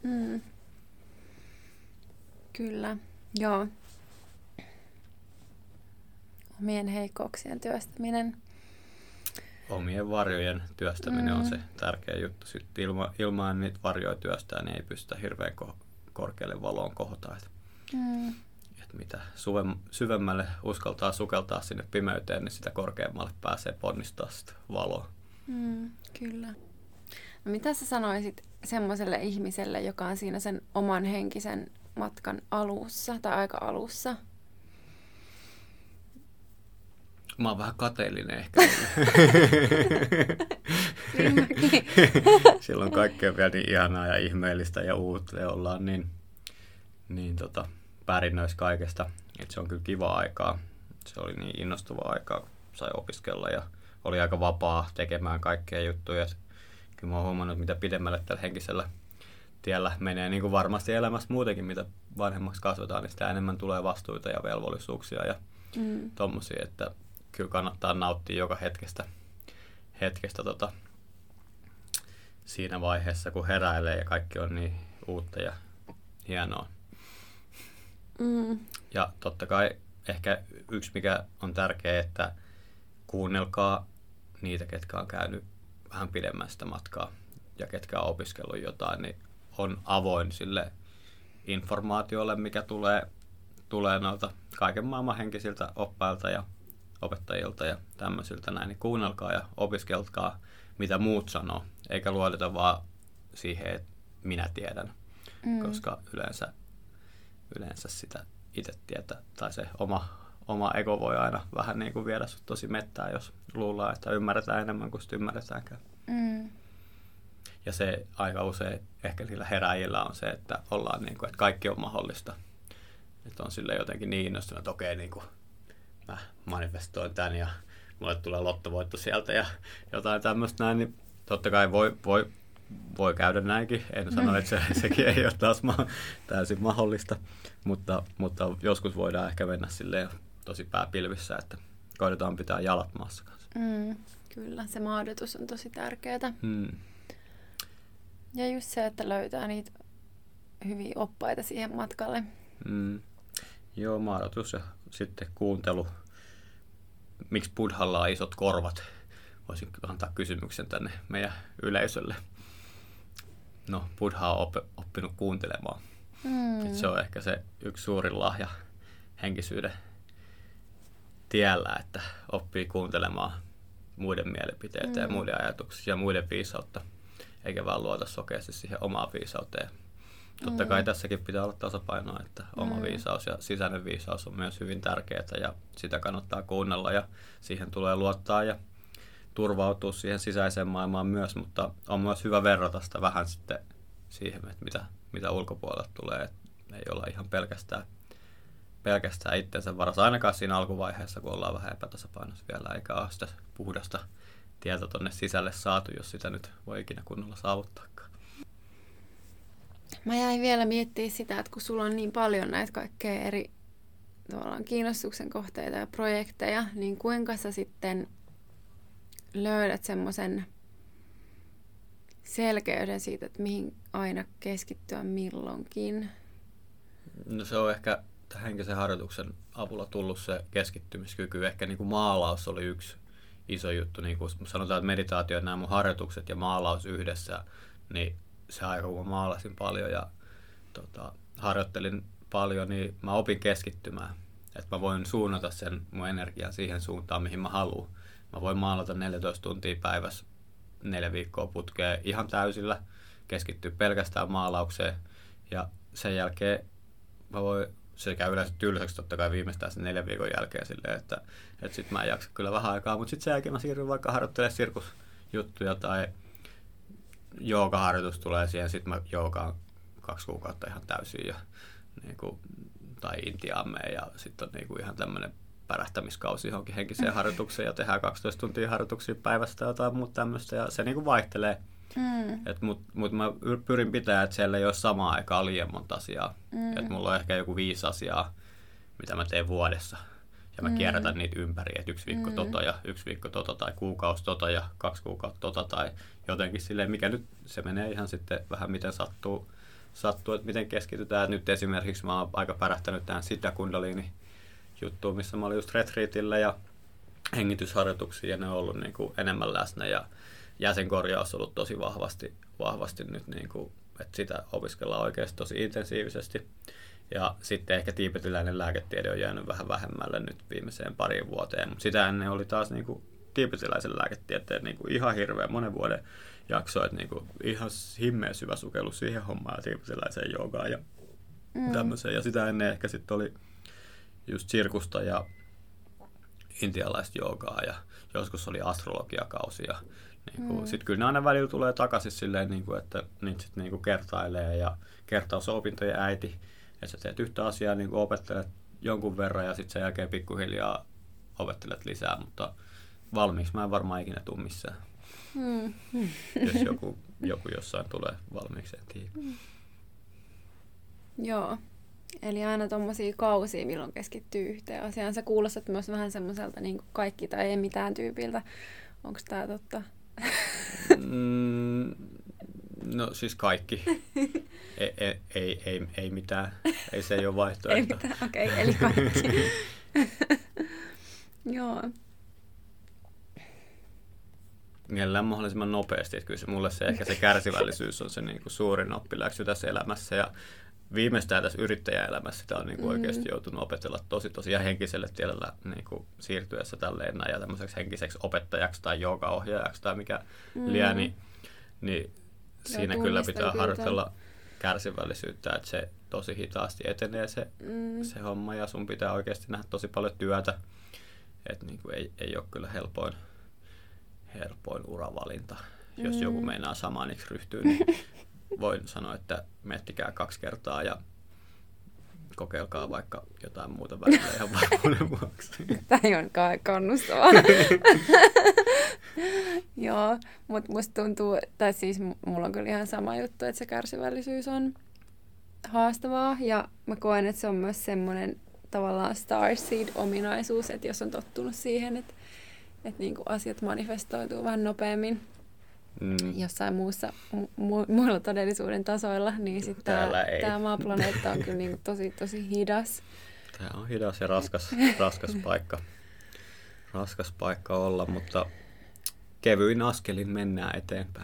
Kyllä, joo. Omien heikkouksien työstäminen. Omien varjojen työstäminen on se tärkeä juttu. Sitten ilman niitä varjoja työstää, niin ei pystytä hirveän korkealle valoon kohota. Että mitä syvemmälle uskaltaa sukeltaa sinne pimeyteen, niin sitä korkeammalle pääsee ponnistaa sitä valoa. Kyllä. No, mitä sä sanoisit semmoiselle ihmiselle, joka on siinä sen oman henkisen matkan alussa tai aika alussa? Mä oon vähän kateellinen ehkä. Silloin kaikki on vielä niin ihanaa ja ihmeellistä ja uutta ja ollaan niin pärinnöissä kaikesta. Et se on kyllä kiva aikaa. Se oli niin innostavaa aikaa, kun sai opiskella ja oli aika vapaa tekemään kaikkea juttuja. Kyllä mä oon huomannut, mitä pidemmälle tällä henkisellä tiellä menee, niin kuin varmasti elämässä muutenkin, mitä vanhemmaksi kasvetaan, niin sitä enemmän tulee vastuita ja velvollisuuksia ja tommosia, että kyllä kannattaa nauttia joka hetkestä siinä vaiheessa, kun heräilee ja kaikki on niin uutta ja hienoa. Ja totta kai ehkä yksi, mikä on tärkeä, että kuunnelkaa niitä, ketkä on käynyt vähän pidemmän sitä matkaa ja ketkä on opiskellut jotain, niin on avoin sille informaatiolle, mikä tulee noilta kaiken maailman henkisiltä oppailta ja opettajilta ja tämmöisiltä näin, niin kuunnelkaa ja opiskelkaa, mitä muut sanoo, eikä luoteta vaan siihen, että minä tiedän, koska yleensä sitä itse tietää, tai se oma ego voi aina vähän niin kuin viedä sut tosi mettään, jos luullaan, että ymmärretään enemmän kuin sitä ymmärretäänkään. Ja se aika usein ehkä niillä herääjillä on se, että ollaan niin kuin, että kaikki on mahdollista. Että on sille jotenkin niin innostunut, että okei, niin kuin mä manifestoin tämän ja mulle tulee lottovoitto sieltä ja jotain tämmöistä näin, niin totta kai voi käydä näinkin. En sano, että sekin ei ole taas täysin mahdollista, mutta joskus voidaan ehkä mennä silleen tosi pääpilvissä, että koitetaan pitää jalat maassa kanssa. Kyllä, se maadotus on tosi tärkeää. Ja just se, että löytää niitä hyviä oppaita siihen matkalle. Joo, maadotus ja sitten kuuntelu. Miksi Buddhalla on isot korvat? Voisin antaa kysymyksen tänne meidän yleisölle. No, Buddha on oppinut kuuntelemaan. Se on ehkä se yksi suurin lahja henkisyyden tiellä, että oppii kuuntelemaan muiden mielipiteitä ja muiden ajatuksia ja muiden viisautta, eikä vaan luota sokeasti siihen omaan viisauteen. Totta kai tässäkin pitää olla tasapainoa, että oma viisaus ja sisäinen viisaus on myös hyvin tärkeää ja sitä kannattaa kuunnella ja siihen tulee luottaa ja turvautua siihen sisäiseen maailmaan myös, mutta on myös hyvä verrata sitä vähän sitten siihen, että mitä ulkopuolelta tulee. Et ei olla ihan pelkästään itsensä varassa, ainakaan siinä alkuvaiheessa, kun ollaan vähän epätasapainossa vielä, eikä ole sitä puhdasta tietä tonne sisälle saatu, jos sitä nyt voi ikinä kunnolla saavuttaakaan. Mä jäin vielä miettimään sitä, että kun sulla on niin paljon näitä kaikkea eri tavallaan kiinnostuksen kohteita ja projekteja, niin kuinka sä sitten löydät semmoisen selkeyden siitä, että mihin aina keskittyä milloinkin? No se on ehkä henkisen harjoituksen avulla tullut se keskittymiskyky. Ehkä niin kuin maalaus oli yksi iso juttu. Niin kuin sanotaan, että meditaatio ja nämä mun harjoitukset ja maalaus yhdessä, niin se aika kun mä maalasin paljon ja harjoittelin paljon, niin mä opin keskittymään. Että mä voin suunnata sen mun energian siihen suuntaan, mihin mä haluan. Mä voin maalata 14 tuntia päivässä 4 viikkoa putkeen ihan täysillä, keskittyä pelkästään maalaukseen ja sen jälkeen se käy yleensä tylsäksi totta kai viimeistään sen 4 viikon jälkeen silleen, että sit mä en jaksa kyllä vähän aikaa, mutta sitten sen jälkeen mä siirryn vaikka harjoittelemaan sirkusjuttuja tai joogaharjoitus tulee siihen, sitten mä joogaan 2 kuukautta ihan täysin ja niinku, tai Intiaan menen ja sitten on niinku ihan tämmöinen pärähtämiskausi johonkin henkiseen harjoitukseen ja tehdään 12 tuntia harjoituksia päivästä tai jotain muuta tämmöistä ja se niinku vaihtelee. Mutta mä pyrin pitämään, että siellä ei ole samaan aikaan liian monta asiaa. Että mulla on ehkä joku 5 asiaa, mitä mä teen vuodessa. Ja mä kierrätän niitä ympäri, että 1 viikko tota ja 1 viikko tota tai kuukausi tota ja 2 kuukautta tota tai jotenkin silleen, mikä nyt se menee ihan sitten vähän miten sattuu että miten keskitytään. Nyt esimerkiksi mä oon aika pärähtänyt tähän Siddha Kundalini juttuun, missä mä olin just retreatillä ja hengitysharjoituksia ja ne on ollut niin kuin enemmän läsnä ja jäsenkorjaus on ollut tosi vahvasti nyt, niin kuin, että sitä opiskellaan oikeasti tosi intensiivisesti. Ja sitten ehkä tiibetiläinen lääketiede on jäänyt vähän vähemmälle nyt viimeiseen pariin vuoteen. Mutta sitä ennen oli taas niin kuin, tiibetiläisen lääketieteen niin kuin, ihan hirveän monen vuoden jakso, että niin kuin, ihan himmeä syvä sukellus siihen hommaan ja tiibetiläiseen joogaan ja tämmöiseen. Ja sitä ennen ehkä sitten oli just sirkusta ja intialaista joogaa ja joskus oli astrologiakausi ja sitten kyllä ne aina välillä tulee takaisin silleen, niin kuin, että niitä sitten niin kertailee ja kertausopintojen äiti, että sä teet yhtä asiaa, niin opettelet jonkun verran ja sitten sen jälkeen pikkuhiljaa opettelet lisää, mutta valmiiksi mä en varmaan ikinä tule missään. Jos joku jossain tulee valmiiksi, en tiedä. Joo. Eli aina tommosia kausia, milloin keskittyy yhteen asiaan. Sä kuulostat myös vähän semmoiselta niin kuin kaikki tai ei mitään tyypiltä. Onko tää totta? No siis kaikki. Ei mitään. Ei se ei ole vaihtoehto. Ei mitään, okei, eli kaikki. Joo. Mielellään mahdollisimman nopeasti. Että kyllä mulle ehkä se kärsivällisyys on se niin kuin suurin oppiläksy tässä elämässä. Ja viimeistään tässä yrittäjäelämässä sitä on niin kuin oikeasti joutunut opetella tosi ja henkiselle tiedellä niin kuin siirtyessä tälleen ja tämmöiseksi henkiseksi opettajaksi tai joogaohjaajaksi tai mikä liää, niin siinä kyllä pitää harjoitella kärsivällisyyttä, että se tosi hitaasti etenee se homma ja sun pitää oikeasti nähdä tosi paljon työtä, että niin kuin ei ole kyllä helpoin uravalinta. Jos joku meinaa samaaniksi ryhtyä, niin voin sanoa, että miettikää 2 kertaa ja kokeilkaa vaikka jotain muuta välillä ihan varmuuden vuoksi. Tämä on kannustavaa. Joo, mutta musta tuntuu, tai siis mulla on kyllä ihan sama juttu, että se kärsivällisyys on haastavaa. Ja mä koen, että se on myös semmoinen tavallaan starseed-ominaisuus, että jos on tottunut siihen, että niinku asiat manifestoituu vähän nopeammin jossain muilla todellisuuden tasoilla, niin sitten tämä maaplaneetta on kyllä niinku tosi hidas. Tämä on hidas ja raskas paikka. Raskas paikka olla, mutta kevyin askelin mennään eteenpäin.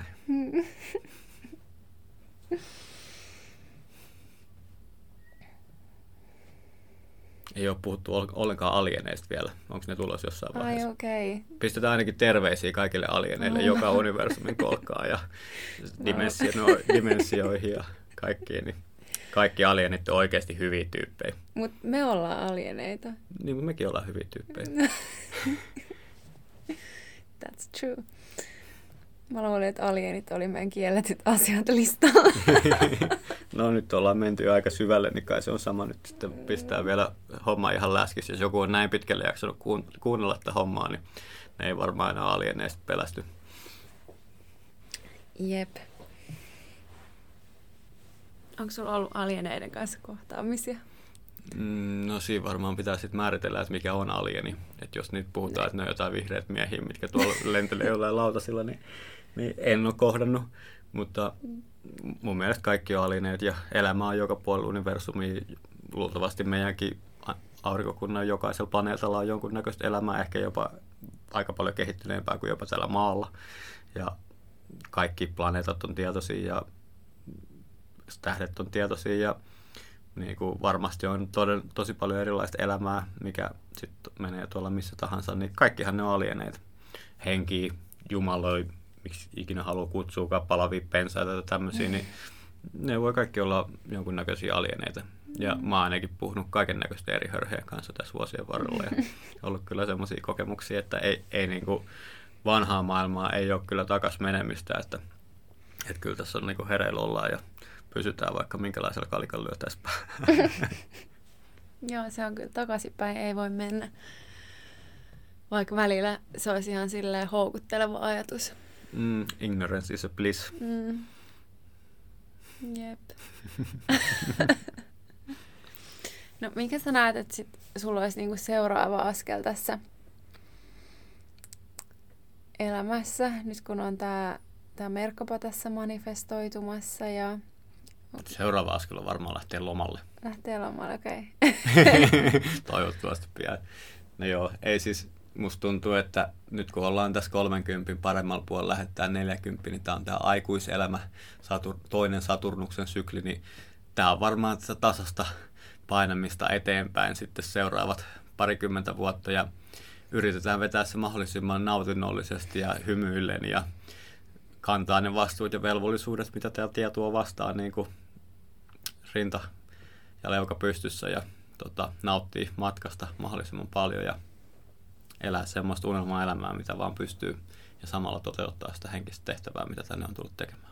Ei ole puhuttu ollenkaan alieneista vielä. Onko ne tulossa jossain vaiheessa? Ai okei. Pistetään ainakin terveisiä kaikille alieneille joka universumin kolkkaan ja dimensioihin ja kaikkiin. Niin kaikki alienit on oikeasti hyviä tyyppejä. Mutta me ollaan alieneita. Niin, mutta mekin ollaan hyviä tyyppejä. That's True. Mä luulin, että alienit oli meidän kielletyt asiat listalla. No nyt ollaan menty aika syvälle, niin kai se on sama nyt sitten pistää vielä homma ihan läskiksi. Jos joku on näin pitkälle jaksanut kuunnella tätä hommaa, niin ne ei varmaan enää alieneista pelästy. Jep. Onko sulla ollut alieneiden kanssa kohtaamisia? No siinä varmaan pitää sitten määritellä, että mikä on alieni. Että jos nyt puhutaan, että ne on jotain vihreät miehiä, mitkä tuolla lentelee jollain lautasilla, niin en ole kohdannut. Mutta mun mielestä kaikki on alieneet ja elämä on joka puolella universumia. Luultavasti meidänkin aurinkokunnan jokaisella planeetalla on jonkunnäköistä elämää, ehkä jopa aika paljon kehittyneempää kuin jopa tällä maalla. Ja kaikki planeetat on tietoisia ja tähdet on tietoisia ja niin kuin varmasti on tosi paljon erilaista elämää, mikä sitten menee tuolla missä tahansa, niin kaikkihan ne on alieneita. Henkiä, jumaloi, miksi ikinä haluaa kutsua, palavia pensaita tai tämmöisiä, niin ne voi kaikki olla jonkunnäköisiä alieneita. Ja mä oon ainakin puhunut kaiken näköisten eri hörhejen kanssa tässä vuosien varrella ja ollut kyllä semmoisia kokemuksia, että ei niin kuin vanhaa maailmaa ei ole kyllä takas menemistä, että kyllä tässä on niin kuin hereillä ollaan ja pysytään vaikka minkälaisella kalikan lyötäisi päähän. Joo, se on kyllä takaisinpäin, ei voi mennä. Vaikka välillä se olisi ihan silleen houkutteleva ajatus. Ignorance is a bliss. Jep. No minkä sä näet, että sit sulla olisi niinku seuraava askel tässä elämässä, nyt kun on tää Merkaba tässä manifestoitumassa ja... Seuraava askel on varmaan lähteä lomalle. Lähtee lomalle, okei. Toivottavasti pian. No joo, ei siis, musta tuntuu, että nyt kun ollaan tässä 30 paremmalla puolella, lähdetään 40, niin tää on tää aikuiselämä, toinen Saturnuksen sykli, niin tää on varmaan tätä tasasta painamista eteenpäin sitten seuraavat parikymmentä vuotta ja yritetään vetää se mahdollisimman nautinnollisesti ja hymyillen ja kantaa ne vastuut ja velvollisuudet, mitä tämä tie tuo vastaan, niin kuin rinta ja leuka pystyssä ja nauttii matkasta mahdollisimman paljon ja elää semmoista unelma-elämää, mitä vaan pystyy ja samalla toteuttaa sitä henkistä tehtävää, mitä tänne on tullut tekemään.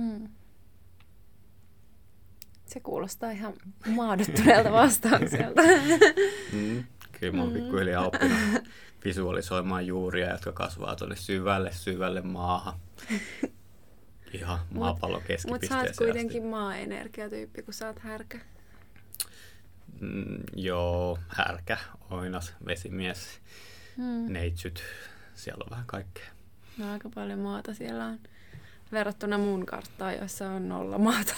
Se kuulostaa ihan maadottuneelta vastaukselta. Kyllä mä oon pikkuhiljaa oppinut visualisoimaan juuria, jotka kasvaa tuonne syvälle maahan. Ihan maapallon keskipisteeseen. Mutta sä oot kuitenkin maa-energiatyyppi, kun sä oot härkä. Joo, härkä, oinas, vesimies, neitsyt. Siellä on vähän kaikkea. No aika paljon maata siellä on. Verrattuna mun karttaan, jossa on 0 maata.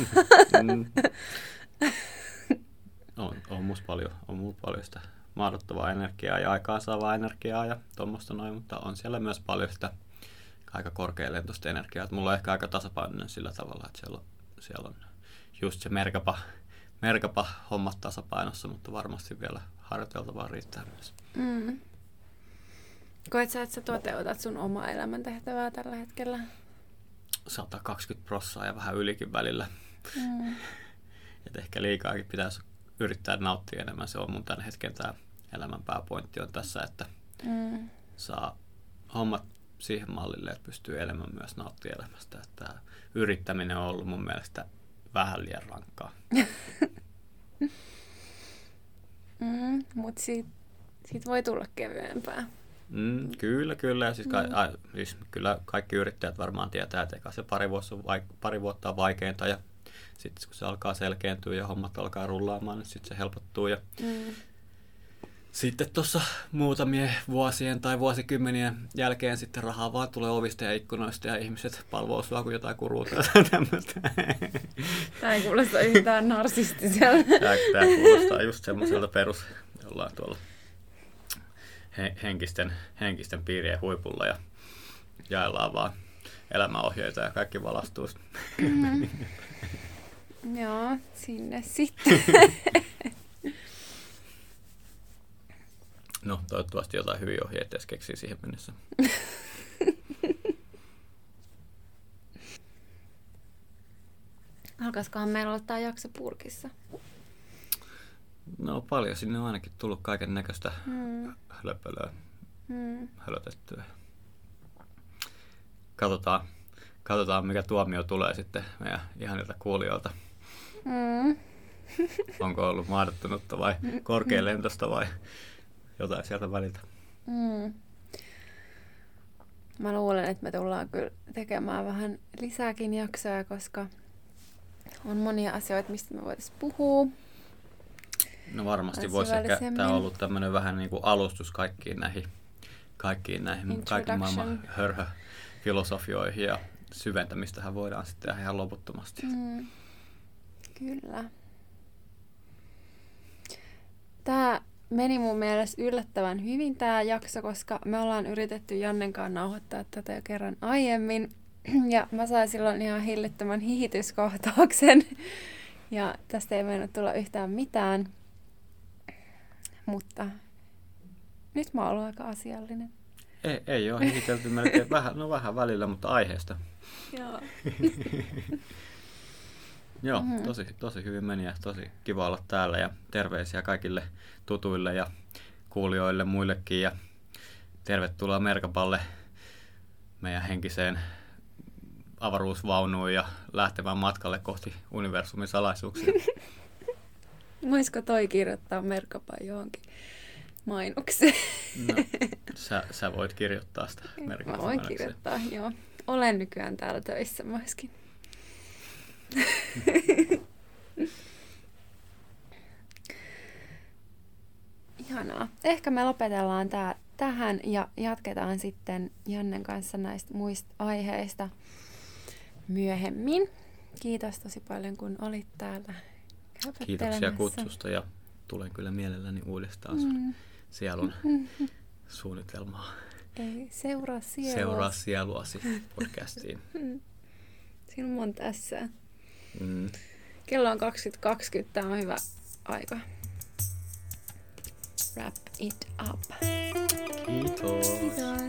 On mulla paljon sitä mahdottavaa energiaa ja aikaansaavaa energiaa ja tuommoista noin, mutta on siellä myös paljon sitä aika korkealentoista energiaa. Mulla on ehkä aika tasapainoinen sillä tavalla, että siellä on just se merkapa hommat tasapainossa, mutta varmasti vielä harjoiteltavaa riittää myös. Koet sä, että sä toteutat sun omaa elämäntehtävää tällä hetkellä? 120% ja vähän ylikin välillä. Et ehkä liikaakin pitäisi yrittää nauttia enemmän. Se on mun tämän hetken tämä elämän pääpointti on tässä, että saa hommat siihen mallille, että pystyy elämään myös nauttia elämästä. Että yrittäminen on ollut mun mielestä vähän liian rankkaa. Mutta siitä voi tulla kevyempää. Kyllä. Ja siis kyllä kaikki yrittäjät varmaan tietää, että eka se pari vuotta on vaikeinta ja sitten kun se alkaa selkeentyä ja hommat alkaa rullaamaan, niin sitten se helpottuu. Ja sitten tuossa muutamien vuosien tai vuosikymmenien jälkeen sitten rahaa vaan tulee ovista ja ikkunoista ja ihmiset palvoo sua kuin jotain kurua tai tämmöistä. Tämä ei kuulosta yhtään narsistiselta. Tämä kuulostaa just semmoiselta jollain tuolla henkisten piirien huipulla ja jaellaan vaan elämäohjeita ja kaikki valastuu. Joo, sinne sitten. No, toivottavasti jotain hyviä ohjeita edes keksii siihen mennessä. Alkaisikohan meillä olla tämä jakso purkissa? No paljon. Sinne on ainakin tullut kaiken näköistä hölöpölöä hölötettyä. katsotaan mikä tuomio tulee sitten meidän ihanilta kuulijoilta. Onko ollut maadottunutta vai korkealentosta vai jotain sieltä väliltä. Mä luulen, että me tullaan kyllä tekemään vähän lisääkin jaksoja, koska on monia asioita, mistä me voitaisiin puhua. No varmasti voisi ehkä, tämä on ollut tämmöinen vähän niin kuin alustus kaikkiin näihin kaiken maailman hörhö-filosofioihin ja syventämistähän voidaan sitten tehdä ihan loputtomasti. Kyllä. Tämä meni mun mielestä yllättävän hyvin tämä jakso, koska me ollaan yritetty Jannen kanssa nauhoittaa tätä jo kerran aiemmin. Ja mä sain silloin ihan hillittömän hihityskohtauksen. Ja tästä ei meinannut tulla yhtään mitään. Mutta nyt mä oon ollut aika asiallinen. Ei ole hihitelty melkein vähän välillä, mutta aiheesta. Joo. Joo, tosi hyvin meni ja tosi kiva olla täällä ja terveisiä kaikille tutuille ja kuulijoille muillekin ja tervetuloa Merkapalle meidän henkiseen avaruusvaunuun ja lähtemään matkalle kohti universumin salaisuuksia. Voisiko toi kirjoittaa Merkapaan johonkin mainokseen? No, sä voit kirjoittaa sitä Merkapan. Mä voin kirjoittaa, joo. Olen nykyään täällä töissä myöskin. Ihanaa. Ehkä me lopetellaan tähän ja jatketaan sitten Jannen kanssa näistä muista aiheista myöhemmin. Kiitos tosi paljon, kun olit täällä höpöttelemässä. Kiitoksia kutsusta ja tulen kyllä mielelläni uudestaan sun sielun suunnitelmaa. Ei, seuraa sieluasi podcastiin. Sinun on tässä. Kello on 20:20. Tämä on hyvä aika. Wrap it up. Kiitos. Kiitos.